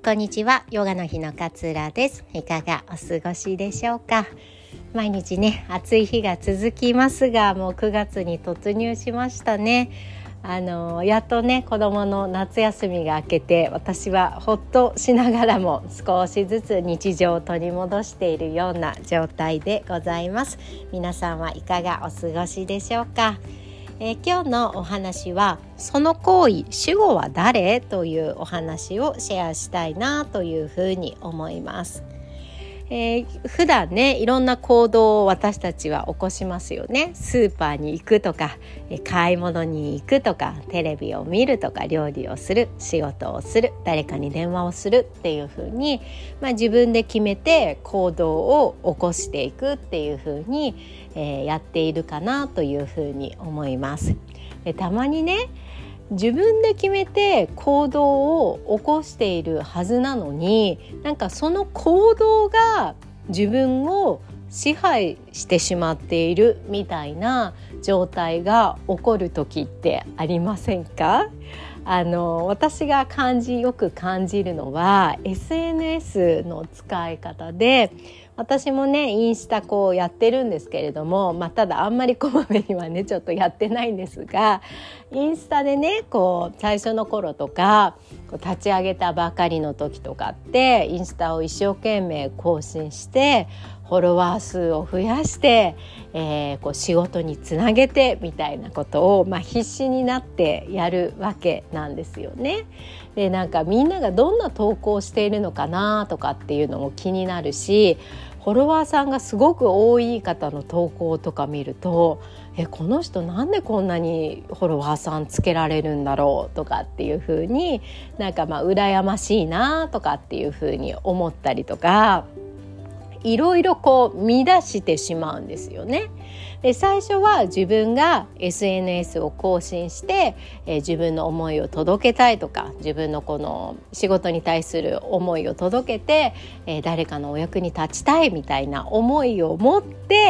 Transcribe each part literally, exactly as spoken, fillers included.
こんにちは、ヨガの日の勝浦です。いかがお過ごしでしょうか。毎日ね、暑い日が続きますが、もうくがつに突入しましたね。あのやっとね、子どもの夏休みが明けて、私はほっとしながらも少しずつ日常を取り戻しているような状態でございます。皆さんはいかがお過ごしでしょうか。えー、今日のお話は、その行為、主語は誰というお話をシェアしたいなというふうに思います。えー、普段ね、いろんな行動を私たちは起こしますよね。スーパーに行くとか、えー、買い物に行くとか、テレビを見るとか、料理をする、仕事をする、誰かに電話をするっていうふうに、まあ、自分で決めて行動を起こしていくっていうふうに、えー、やっているかなというふうに思います。で、たまにね、自分で決めて行動を起こしているはずなのに、なんかその行動が自分を支配してしまっているみたいな状態が起こる時ってありませんか？あの私が感じよく感じるのは エスエヌエス の使い方で、私もねインスタこうやってるんですけれども、まあ、ただあんまりこまめにはねちょっとやってないんですが、インスタでねこう最初の頃とかこう立ち上げたばかりの時とかってインスタを一生懸命更新してフォロワー数を増やして、えー、こう仕事につなげてみたいなことを、まあ、必死になってやるわけなんですよね。で、なんかみんながどんな投稿をしているのかなとかっていうのも気になるし、フォロワーさんがすごく多い方の投稿とか見ると、えこの人なんでこんなにフォロワーさんつけられるんだろうとかっていう風に、なんかまあ羨ましいなとかっていう風に思ったりとか、いろいろこう見出してしまうんですよね。で、最初は自分が エスエヌエス を更新して、えー、自分の思いを届けたいとか、自分のこの仕事に対する思いを届けて、えー、誰かのお役に立ちたいみたいな思いを持って、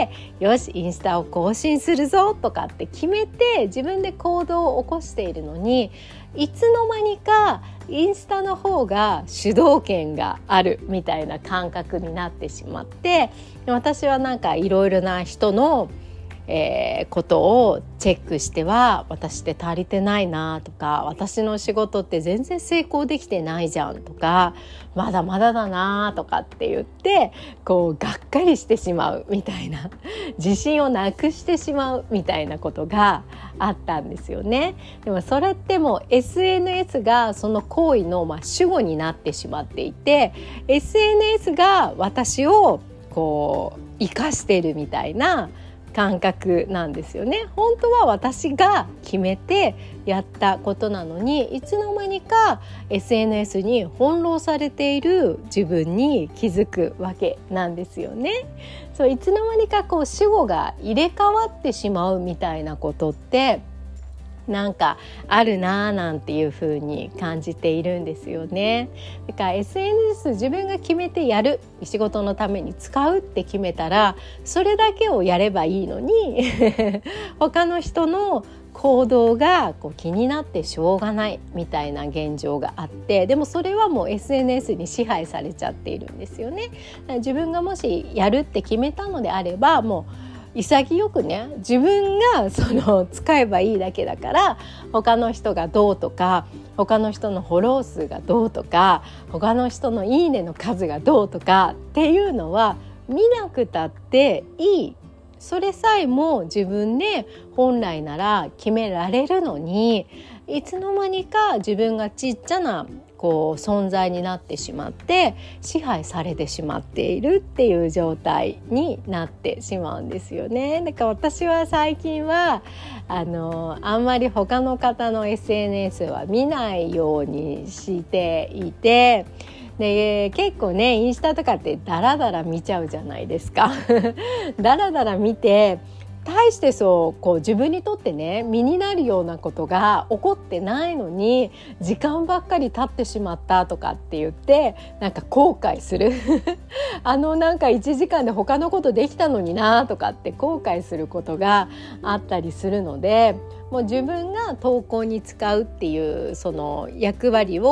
よしインスタを更新するぞとかって決めて自分で行動を起こしているのに、いつの間にかインスタの方が主導権があるみたいな感覚になってしまって、私はなんかいろいろな人のえー、ことをチェックしては、私って足りてないなとか、私の仕事って全然成功できてないじゃんとか、まだまだだなとかって言ってこうがっかりしてしまうみたいな、自信をなくしてしまうみたいなことがあったんですよね。でもそれってもう エスエヌエス がその行為のまあ主語になってしまっていて、 エスエヌエス が私をこう生かしてるみたいな感覚なんですよね。本当は私が決めてやったことなのに、いつの間にか エスエヌエス に翻弄されている自分に気づくわけなんですよね。そう、いつの間にかこう主語が入れ替わってしまうみたいなことってなんかあるなぁなんていう風に感じているんですよね。だから エスエヌエス 自分が決めてやる、仕事のために使うって決めたらそれだけをやればいいのに他の人の行動がこう気になってしょうがないみたいな現状があって、でもそれはもう エスエヌエス に支配されちゃっているんですよね。だから自分がもしやるって決めたのであれば、もう潔くね、自分がその使えばいいだけだから、他の人がどうとか、他の人のフォロー数がどうとか、他の人のいいねの数がどうとかっていうのは見なくたっていい。それさえも自分で本来なら決められるのに、いつの間にか自分がちっちゃなこう存在になってしまって支配されてしまっているっていう状態になってしまうんですよね。だから私は最近はあのあんまり他の方の エスエヌエス は見ないようにしていて、で結構ねインスタとかってダラダラ見ちゃうじゃないですかダラダラ見て、大してそうこう自分にとってね身になるようなことが起こってないのに時間ばっかり経ってしまったとかって言ってなんか後悔するあのなんかいちじかんで他のことできたのになとかって後悔することがあったりするので、もう自分が投稿に使うっていうその役割を果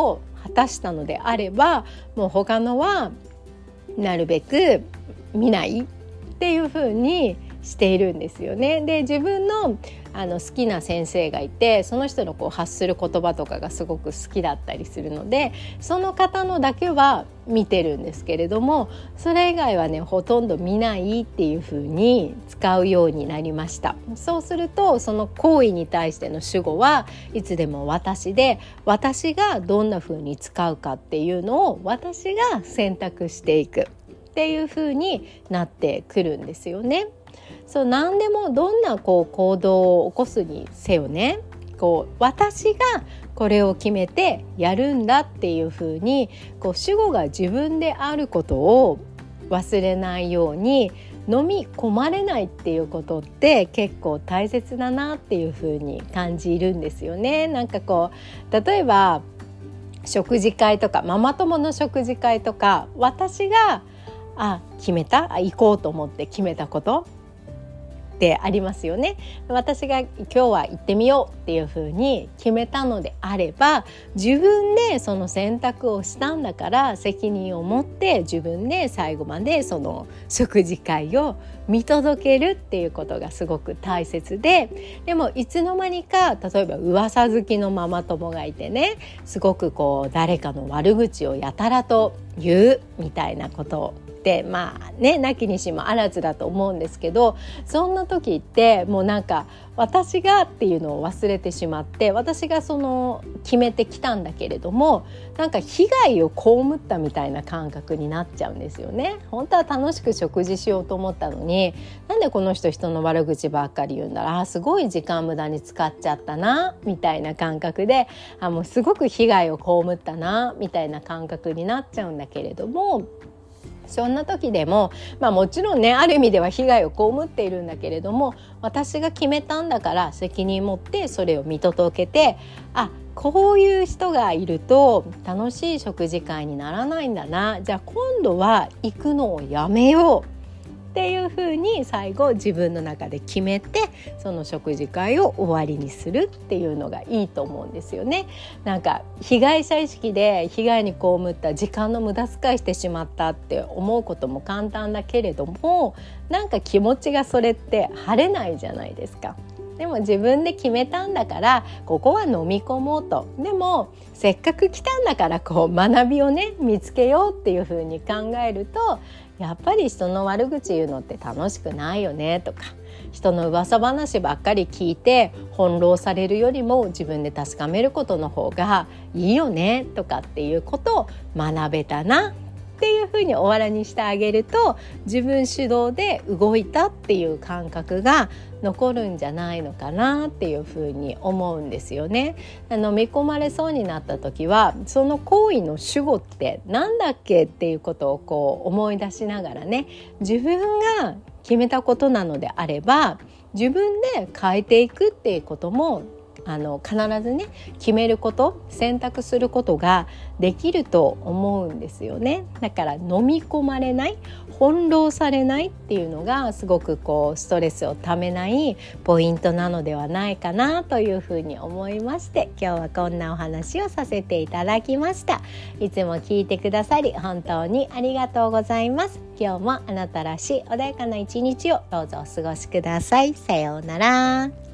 果たしたのであれば、もう他のはなるべく見ないっていう風にしているんですよね。で、自分のあの好きな先生がいて、その人のこう発する言葉とかがすごく好きだったりするので、その方のだけは見てるんですけれども、それ以外はねほとんど見ないっていう風に使うようになりました。そうするとその行為に対しての主語はいつでも私で、私がどんな風に使うかっていうのを私が選択していくっていう風になってくるんですよね。そう、何でもどんなこう行動を起こすにせよね、こう私がこれを決めてやるんだっていう風にこう主語が自分であることを忘れないように、飲み込まれないっていうことって結構大切だなっていう風に感じるんですよね。なんかこう例えば食事会とかママ友の食事会とか、私があ決めたあ行こうと思って決めたことってありますよね。私が今日は行ってみようっていう風に決めたのであれば、自分でその選択をしたんだから責任を持って自分で最後までその食事会を見届けるっていうことがすごく大切で、でもいつの間にか例えば噂好きのママ友がいてね、すごくこう誰かの悪口をやたらと言うみたいなことをでまあね、なきにしもあらずだと思うんですけど、そんな時ってもうなんか私がっていうのを忘れてしまって、私がその決めてきたんだけれども、なんか被害を被ったみたいな感覚になっちゃうんですよね。本当は楽しく食事しようと思ったのに、なんでこの人人の悪口ばっかり言うんだろう、あすごい時間無駄に使っちゃったなみたいな感覚で、あもうすごく被害を被ったなみたいな感覚になっちゃうんだけれども、そんな時でも、まあ、もちろんねある意味では被害を被っているんだけれども、私が決めたんだから責任持ってそれを見届けて、あこういう人がいると楽しい食事会にならないんだな、じゃあ今度は行くのをやめようっていう風に最後自分の中で決めて、その食事会を終わりにするっていうのがいいと思うんですよね。なんか被害者意識で被害に被った時間の無駄遣いしてしまったって思うことも簡単だけれども、なんか気持ちがそれって晴れないじゃないですか。でも自分で決めたんだからここは飲み込もうと。でもせっかく来たんだからこう学びをね見つけようっていう風に考えると、やっぱり人の悪口言うのって楽しくないよねとか、人の噂話ばっかり聞いて翻弄されるよりも自分で確かめることの方がいいよねとかっていうことを学べたなっていうふうにお笑いにしてあげると、自分主導で動いたっていう感覚が残るんじゃないのかなっていうふうに思うんですよね。飲み込まれそうになった時は、その行為の主語ってなんだっけっていうことをこう思い出しながらね、自分が決めたことなのであれば自分で変えていくっていうこともあの必ずね決めること、選択することができると思うんですよね。だから飲み込まれない、翻弄されないっていうのがすごくこうストレスをためないポイントなのではないかなというふうに思いまして、今日はこんなお話をさせていただきました。いつも聞いてくださり本当にありがとうございます。今日もあなたらしい穏やかな一日をどうぞお過ごしください。さようなら。